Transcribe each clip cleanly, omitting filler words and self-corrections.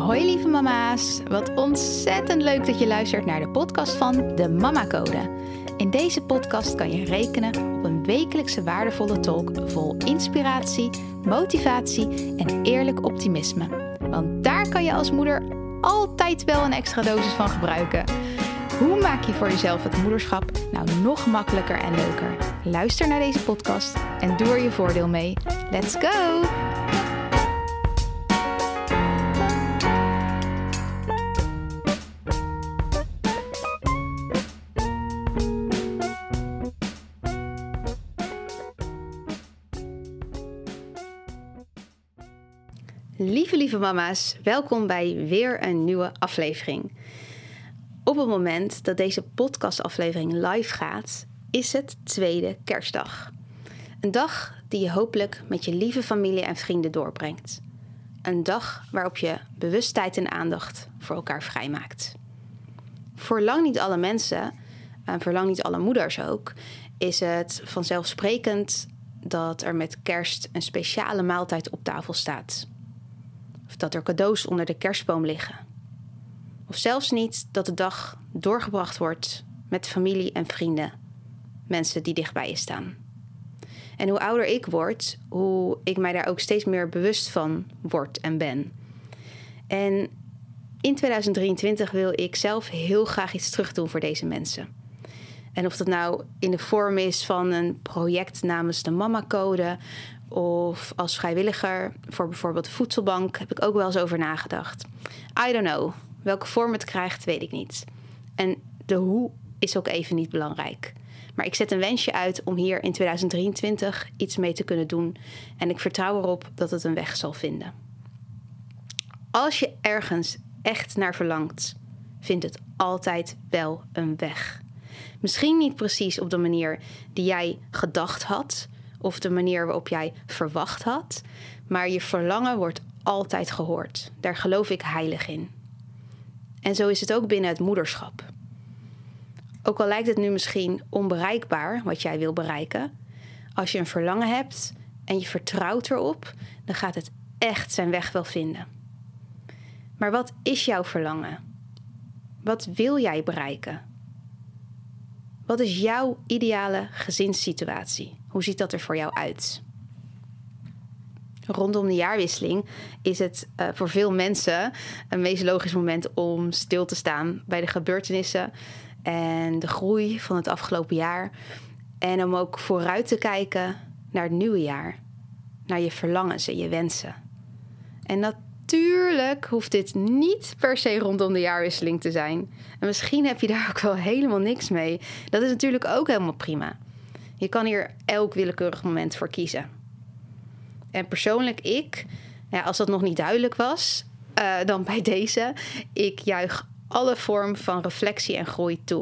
Hoi lieve mama's, wat ontzettend leuk dat je luistert naar de podcast van de Mama Code. In deze podcast kan je rekenen op een wekelijkse waardevolle talk vol inspiratie, motivatie en eerlijk optimisme. Want daar kan je als moeder altijd wel een extra dosis van gebruiken. Hoe maak je voor jezelf het moederschap nou nog makkelijker en leuker? Luister naar deze podcast en doe er je voordeel mee. Let's go! Lieve mama's, welkom bij weer een nieuwe aflevering. Op het moment dat deze podcastaflevering live gaat, is het tweede kerstdag. Een dag die je hopelijk met je lieve familie en vrienden doorbrengt. Een dag waarop je bewust tijd en aandacht voor elkaar vrijmaakt. Voor lang niet alle mensen, en voor lang niet alle moeders ook, is het vanzelfsprekend dat er met kerst een speciale maaltijd op tafel staat. Of dat er cadeaus onder de kerstboom liggen. Of zelfs niet dat de dag doorgebracht wordt met familie en vrienden. Mensen die dichtbij je staan. En hoe ouder ik word, hoe ik mij daar ook steeds meer bewust van word en ben. En in 2023 wil ik zelf heel graag iets terugdoen voor deze mensen. En of dat nou in de vorm is van een project namens de Mama Code, of als vrijwilliger voor bijvoorbeeld de voedselbank, heb ik ook wel eens over nagedacht. I don't know. Welke vorm het krijgt, weet ik niet. En de hoe is ook even niet belangrijk. Maar ik zet een wensje uit om hier in 2023 iets mee te kunnen doen. En ik vertrouw erop dat het een weg zal vinden. Als je ergens echt naar verlangt, vindt het altijd wel een weg. Misschien niet precies op de manier die jij gedacht had, of de manier waarop jij verwacht had, maar je verlangen wordt altijd gehoord. Daar geloof ik heilig in. En zo is het ook binnen het moederschap. Ook al lijkt het nu misschien onbereikbaar wat jij wil bereiken, als je een verlangen hebt en je vertrouwt erop, dan gaat het echt zijn weg wel vinden. Maar wat is jouw verlangen? Wat wil jij bereiken? Wat is jouw ideale gezinssituatie? Hoe ziet dat er voor jou uit? Rondom de jaarwisseling is het voor veel mensen een meest logisch moment om stil te staan bij de gebeurtenissen en de groei van het afgelopen jaar. En om ook vooruit te kijken naar het nieuwe jaar. Naar je verlangens en je wensen. En natuurlijk hoeft dit niet per se rondom de jaarwisseling te zijn. En misschien heb je daar ook wel helemaal niks mee. Dat is natuurlijk ook helemaal prima. Je kan hier elk willekeurig moment voor kiezen. En persoonlijk als dat nog niet duidelijk was, dan bij deze, ik juich alle vormen van reflectie en groei toe.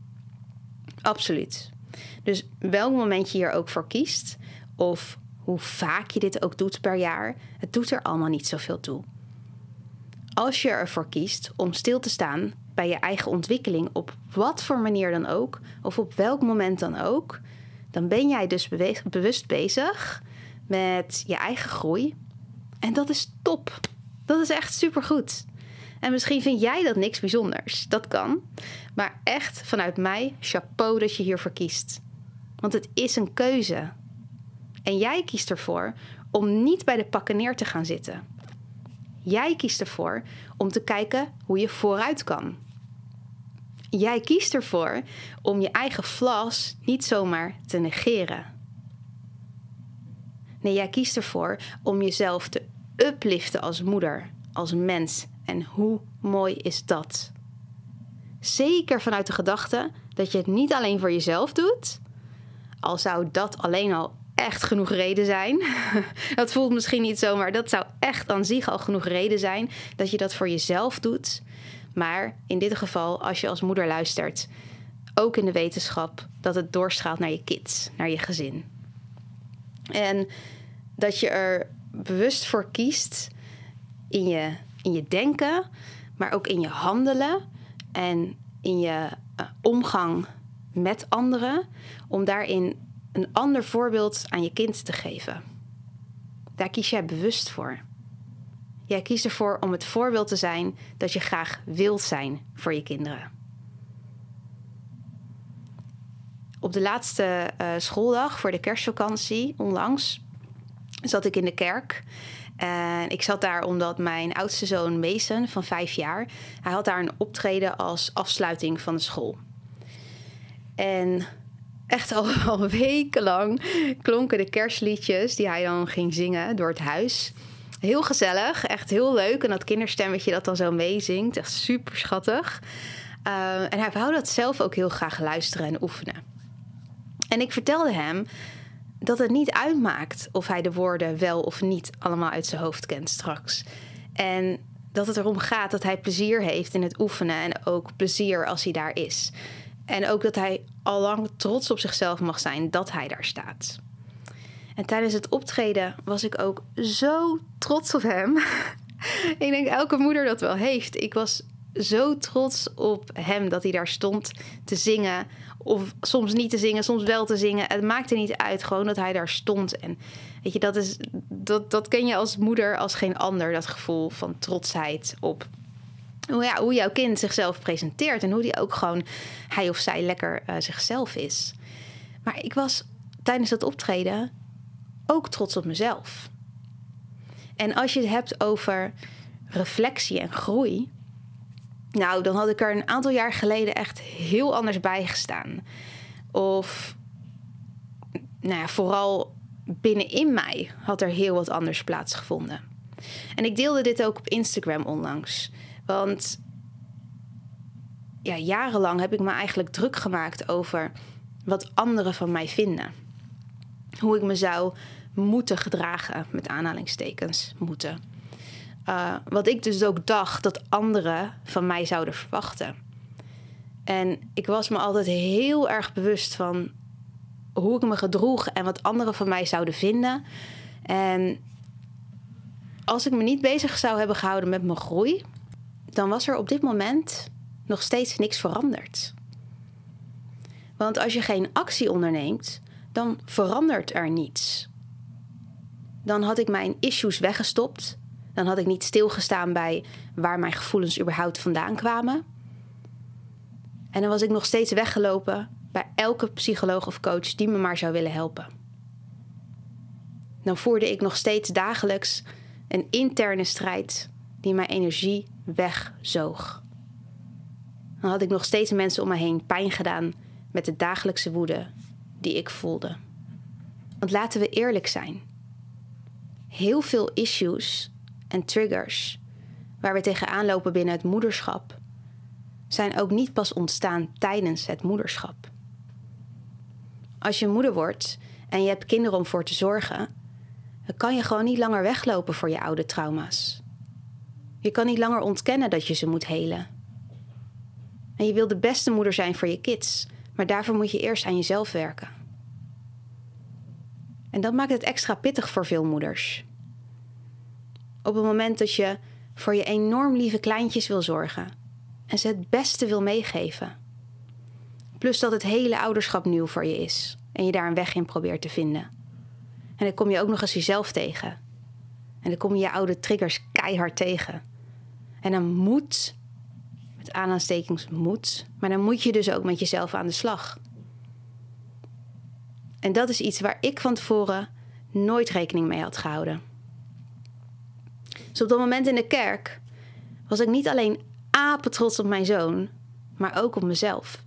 Absoluut. Dus welk moment je hier ook voor kiest, of hoe vaak je dit ook doet per jaar, het doet er allemaal niet zoveel toe. Als je ervoor kiest om stil te staan bij je eigen ontwikkeling op wat voor manier dan ook, of op welk moment dan ook, dan ben jij dus bewust bezig met je eigen groei. En dat is top. Dat is echt supergoed. En misschien vind jij dat niks bijzonders. Dat kan. Maar echt vanuit mij, chapeau dat je hiervoor kiest. Want het is een keuze. En jij kiest ervoor om niet bij de pakken neer te gaan zitten. Jij kiest ervoor om te kijken hoe je vooruit kan. Jij kiest ervoor om je eigen flaws niet zomaar te negeren. Nee, jij kiest ervoor om jezelf te upliften als moeder, als mens. En hoe mooi is dat? Zeker vanuit de gedachte dat je het niet alleen voor jezelf doet, al zou dat alleen al echt genoeg reden zijn. Dat voelt misschien niet zo, maar dat zou echt aan zich al genoeg reden zijn dat je dat voor jezelf doet. Maar in dit geval, als je als moeder luistert, ook in de wetenschap dat het doorstraalt naar je kids, naar je gezin. En dat je er bewust voor kiest in je denken, maar ook in je handelen en in je omgang met anderen, om daarin een ander voorbeeld aan je kind te geven. Daar kies jij bewust voor. Jij kiest ervoor om het voorbeeld te zijn dat je graag wilt zijn voor je kinderen. Op de laatste schooldag voor de kerstvakantie, onlangs, zat ik in de kerk. En ik zat daar omdat mijn oudste zoon Mason van 5 jaar... hij had daar een optreden als afsluiting van de school. En echt al wekenlang klonken de kerstliedjes die hij dan ging zingen door het huis. Heel gezellig, echt heel leuk. En dat kinderstemmetje dat dan zo meezingt, echt super schattig. En hij wou dat zelf ook heel graag luisteren en oefenen. En ik vertelde hem dat het niet uitmaakt of hij de woorden wel of niet allemaal uit zijn hoofd kent straks. En dat het erom gaat dat hij plezier heeft in het oefenen en ook plezier als hij daar is. En ook dat hij allang trots op zichzelf mag zijn dat hij daar staat. En tijdens het optreden was ik ook zo trots op hem. Ik denk elke moeder dat wel heeft. Ik was zo trots op hem dat hij daar stond te zingen. Of soms niet te zingen, soms wel te zingen. Het maakte niet uit, gewoon dat hij daar stond. En weet je, dat ken je als moeder als geen ander. Dat gevoel van trotsheid op hoe jouw kind zichzelf presenteert. En hoe die ook gewoon, hij of zij, lekker zichzelf is. Maar ik was tijdens dat optreden ook trots op mezelf. En als je het hebt over reflectie en groei, nou, dan had ik er een aantal jaar geleden echt heel anders bij gestaan. Of, nou ja, vooral binnenin mij had er heel wat anders plaatsgevonden. En ik deelde dit ook op Instagram onlangs. Want ja, jarenlang heb ik me eigenlijk druk gemaakt over wat anderen van mij vinden. Hoe ik me zou moeten gedragen, met aanhalingstekens, moeten. Wat ik dus ook dacht dat anderen van mij zouden verwachten. En ik was me altijd heel erg bewust van hoe ik me gedroeg en wat anderen van mij zouden vinden. En als ik me niet bezig zou hebben gehouden met mijn groei, dan was er op dit moment nog steeds niks veranderd. Want als je geen actie onderneemt, dan verandert er niets. Dan had ik mijn issues weggestopt. Dan had ik niet stilgestaan bij waar mijn gevoelens überhaupt vandaan kwamen. En dan was ik nog steeds weggelopen bij elke psycholoog of coach die me maar zou willen helpen. Dan voerde ik nog steeds dagelijks een interne strijd die mijn energie wegzoog. Dan had ik nog steeds mensen om me heen pijn gedaan met de dagelijkse woede die ik voelde. Want laten we eerlijk zijn. Heel veel issues en triggers waar we tegenaan lopen binnen het moederschap zijn ook niet pas ontstaan tijdens het moederschap. Als je moeder wordt en je hebt kinderen om voor te zorgen, dan kan je gewoon niet langer weglopen voor je oude trauma's. Je kan niet langer ontkennen dat je ze moet helen. En je wil de beste moeder zijn voor je kids, maar daarvoor moet je eerst aan jezelf werken. En dat maakt het extra pittig voor veel moeders. Op het moment dat je voor je enorm lieve kleintjes wil zorgen en ze het beste wil meegeven. Plus dat het hele ouderschap nieuw voor je is en je daar een weg in probeert te vinden. En dan kom je ook nog eens jezelf tegen. En dan kom je oude triggers keihard tegen. En dan moet, met aanhalingstekens moet, maar dan moet je dus ook met jezelf aan de slag. En dat is iets waar ik van tevoren nooit rekening mee had gehouden. Dus op dat moment in de kerk was ik niet alleen apetrots op mijn zoon, maar ook op mezelf.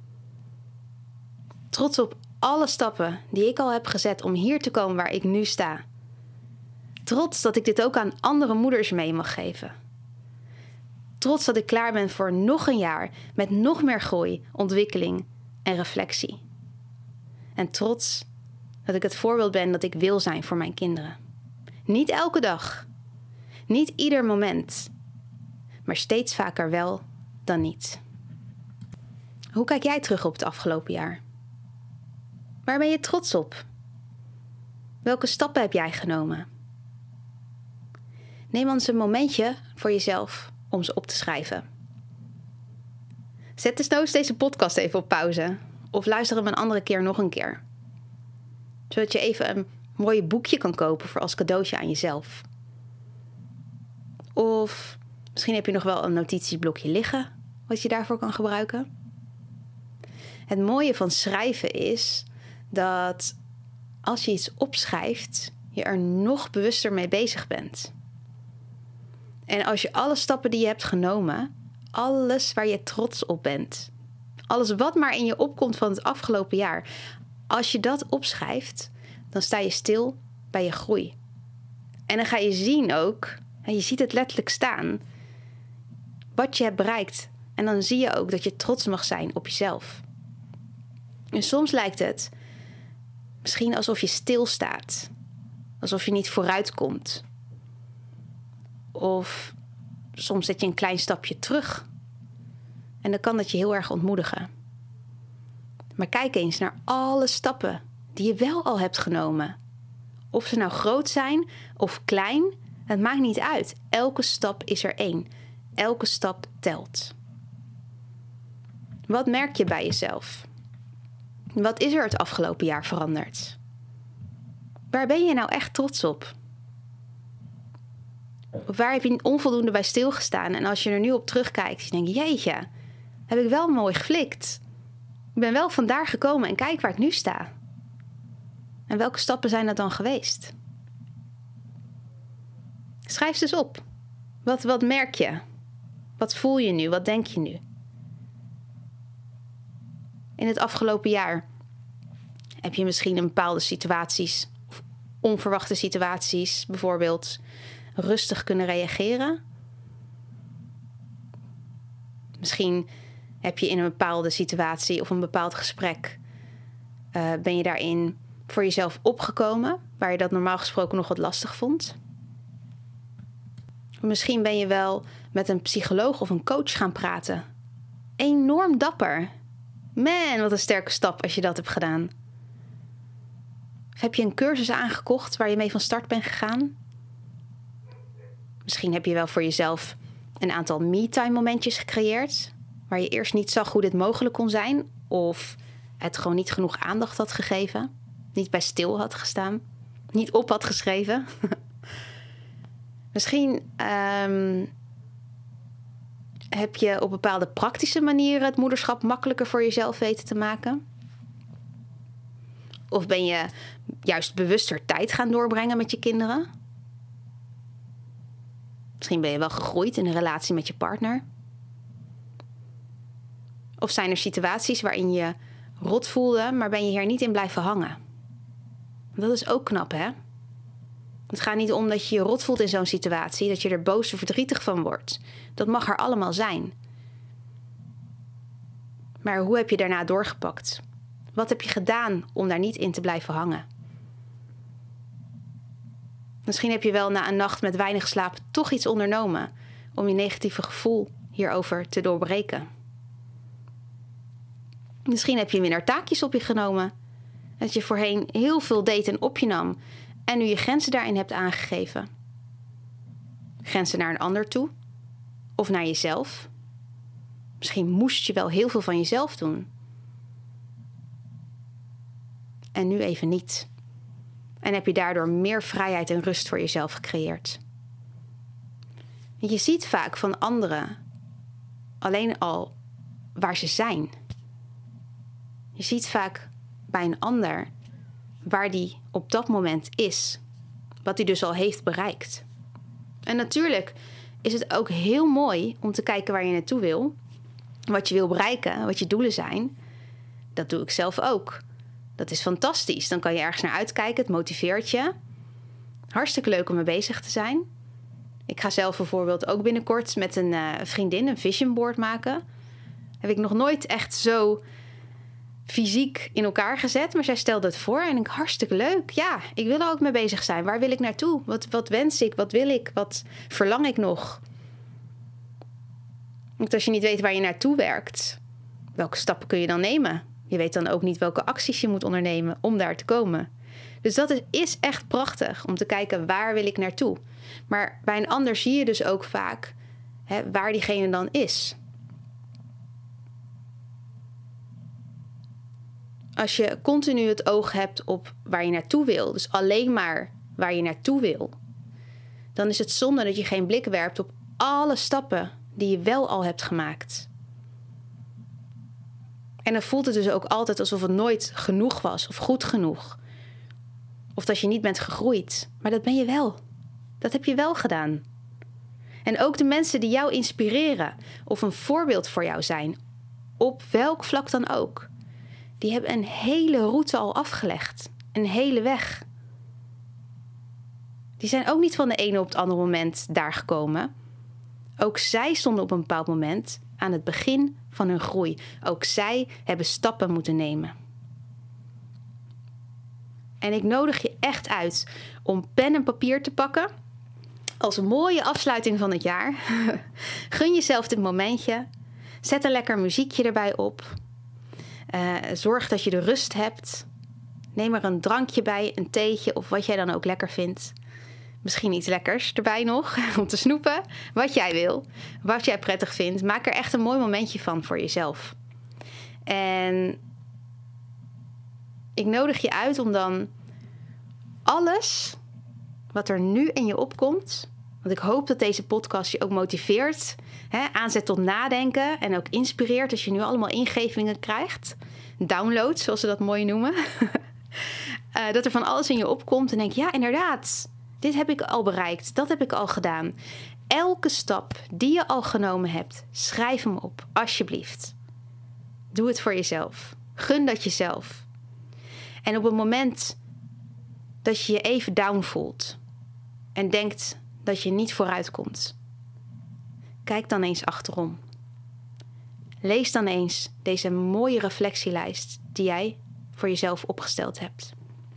Trots op alle stappen die ik al heb gezet om hier te komen waar ik nu sta. Trots dat ik dit ook aan andere moeders mee mag geven. Trots dat ik klaar ben voor nog een jaar met nog meer groei, ontwikkeling en reflectie. En trots dat ik het voorbeeld ben dat ik wil zijn voor mijn kinderen. Niet elke dag, niet ieder moment, maar steeds vaker wel dan niet. Hoe kijk jij terug op het afgelopen jaar? Waar ben je trots op? Welke stappen heb jij genomen? Neem eens een momentje voor jezelf om ze op te schrijven. Zet desnoods deze podcast even op pauze of luister hem een andere keer nog een keer. Zodat je even een mooi boekje kan kopen voor als cadeautje aan jezelf. Of misschien heb je nog wel een notitieblokje liggen wat je daarvoor kan gebruiken. Het mooie van schrijven is dat als je iets opschrijft, je er nog bewuster mee bezig bent. En als je alle stappen die je hebt genomen, alles waar je trots op bent, alles wat maar in je opkomt van het afgelopen jaar, als je dat opschrijft, dan sta je stil bij je groei. En dan ga je zien ook, en je ziet het letterlijk staan, wat je hebt bereikt. En dan zie je ook dat je trots mag zijn op jezelf. En soms lijkt het misschien alsof je stilstaat. Alsof je niet vooruit komt. Of soms zet je een klein stapje terug. En dan kan dat je heel erg ontmoedigen. Maar kijk eens naar alle stappen die je wel al hebt genomen. Of ze nou groot zijn of klein, het maakt niet uit. Elke stap is er één. Elke stap telt. Wat merk je bij jezelf? Wat is er het afgelopen jaar veranderd? Waar ben je nou echt trots op? Of waar heb je onvoldoende bij stilgestaan? En als je er nu op terugkijkt, denk je, jeetje, heb ik wel mooi geflikt. Ik ben wel vandaar gekomen en kijk waar ik nu sta. En welke stappen zijn dat dan geweest? Schrijf ze eens op. Wat merk je? Wat voel je nu? Wat denk je nu? In het afgelopen jaar heb je misschien in bepaalde situaties, of onverwachte situaties bijvoorbeeld, rustig kunnen reageren. Misschien heb je in een bepaalde situatie of een bepaald gesprek, ben je daarin voor jezelf opgekomen, waar je dat normaal gesproken nog wat lastig vond. Misschien ben je wel met een psycholoog of een coach gaan praten. Enorm dapper. Man, wat een sterke stap als je dat hebt gedaan. Of heb je een cursus aangekocht waar je mee van start bent gegaan? Misschien heb je wel voor jezelf een aantal me-time momentjes gecreëerd, waar je eerst niet zag hoe dit mogelijk kon zijn, of het gewoon niet genoeg aandacht had gegeven, niet bij stil had gestaan, niet op had geschreven. Misschien heb je op bepaalde praktische manieren het moederschap makkelijker voor jezelf weten te maken. Of ben je juist bewuster tijd gaan doorbrengen met je kinderen? Misschien ben je wel gegroeid in een relatie met je partner. Of zijn er situaties waarin je rot voelde, maar ben je hier niet in blijven hangen? Dat is ook knap, hè? Het gaat niet om dat je je rot voelt in zo'n situatie, dat je er boos of verdrietig van wordt. Dat mag er allemaal zijn. Maar hoe heb je daarna doorgepakt? Wat heb je gedaan om daar niet in te blijven hangen? Misschien heb je wel na een nacht met weinig slaap toch iets ondernomen om je negatieve gevoel hierover te doorbreken. Misschien heb je minder taakjes op je genomen. Dat je voorheen heel veel deed en op je nam en nu je grenzen daarin hebt aangegeven. Grenzen naar een ander toe of naar jezelf. Misschien moest je wel heel veel van jezelf doen. En nu even niet. En heb je daardoor meer vrijheid en rust voor jezelf gecreëerd. Je ziet vaak van anderen alleen al waar ze zijn. Je ziet vaak bij een ander waar die op dat moment is. Wat hij dus al heeft bereikt. En natuurlijk is het ook heel mooi om te kijken waar je naartoe wil. Wat je wil bereiken, wat je doelen zijn. Dat doe ik zelf ook. Dat is fantastisch. Dan kan je ergens naar uitkijken. Het motiveert je. Hartstikke leuk om mee bezig te zijn. Ik ga zelf bijvoorbeeld ook binnenkort met een vriendin een vision board maken. Heb ik nog nooit echt zo fysiek in elkaar gezet. Maar zij stelde het voor en ik hartstikke leuk. Ja, ik wil er ook mee bezig zijn. Waar wil ik naartoe? Wat wens ik? Wat wil ik? Wat verlang ik nog? Want als je niet weet waar je naartoe werkt, welke stappen kun je dan nemen? Je weet dan ook niet welke acties je moet ondernemen om daar te komen. Dus dat is echt prachtig om te kijken waar wil ik naartoe. Maar bij een ander zie je dus ook vaak waar diegene dan is. Als je continu het oog hebt op waar je naartoe wil, dus alleen maar waar je naartoe wil, dan is het zonde dat je geen blik werpt op alle stappen die je wel al hebt gemaakt. En dan voelt het dus ook altijd alsof het nooit genoeg was of goed genoeg. Of dat je niet bent gegroeid. Maar dat ben je wel. Dat heb je wel gedaan. En ook de mensen die jou inspireren of een voorbeeld voor jou zijn, op welk vlak dan ook, die hebben een hele route al afgelegd. Een hele weg. Die zijn ook niet van de ene op het andere moment daar gekomen. Ook zij stonden op een bepaald moment aan het begin van hun groei. Ook zij hebben stappen moeten nemen. En ik nodig je echt uit om pen en papier te pakken. Als een mooie afsluiting van het jaar. Gun jezelf dit momentje. Zet een lekker muziekje erbij op. Zorg dat je de rust hebt. Neem er een drankje bij, een theetje of wat jij dan ook lekker vindt. Misschien iets lekkers erbij nog, om te snoepen. Wat jij wil, wat jij prettig vindt. Maak er echt een mooi momentje van voor jezelf. En ik nodig je uit om dan alles wat er nu in je opkomt, want ik hoop dat deze podcast je ook motiveert, aanzet tot nadenken en ook inspireert als je nu allemaal ingevingen krijgt. Downloads, zoals ze dat mooi noemen. Dat er van alles in je opkomt en denk, ja, inderdaad, dit heb ik al bereikt, dat heb ik al gedaan. Elke stap die je al genomen hebt, schrijf hem op, alsjeblieft. Doe het voor jezelf. Gun dat jezelf. En op het moment dat je je even down voelt en denkt dat je niet vooruit komt, kijk dan eens achterom. Lees dan eens deze mooie reflectielijst die jij voor jezelf opgesteld hebt.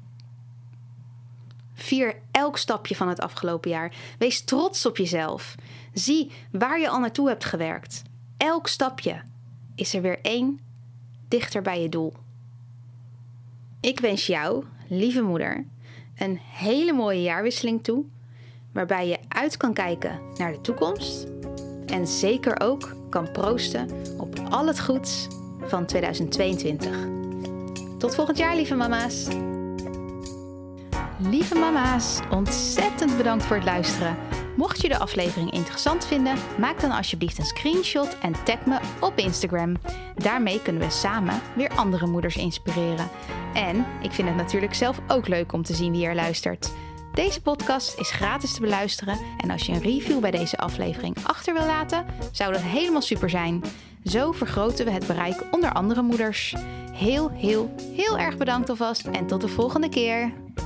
Vier elk stapje van het afgelopen jaar. Wees trots op jezelf. Zie waar je al naartoe hebt gewerkt. Elk stapje is er weer één dichter bij je doel. Ik wens jou, lieve moeder, een hele mooie jaarwisseling toe, waarbij je uit kan kijken naar de toekomst en zeker ook kan proosten op al het goeds van 2022. Tot volgend jaar, lieve mama's. Lieve mama's, ontzettend bedankt voor het luisteren. Mocht je de aflevering interessant vinden, maak dan alsjeblieft een screenshot en tag me op Instagram. Daarmee kunnen we samen weer andere moeders inspireren. En ik vind het natuurlijk zelf ook leuk om te zien wie er luistert. Deze podcast is gratis te beluisteren en als je een review bij deze aflevering achter wil laten, zou dat helemaal super zijn. Zo vergroten we het bereik onder andere moeders. Heel erg bedankt alvast en tot de volgende keer.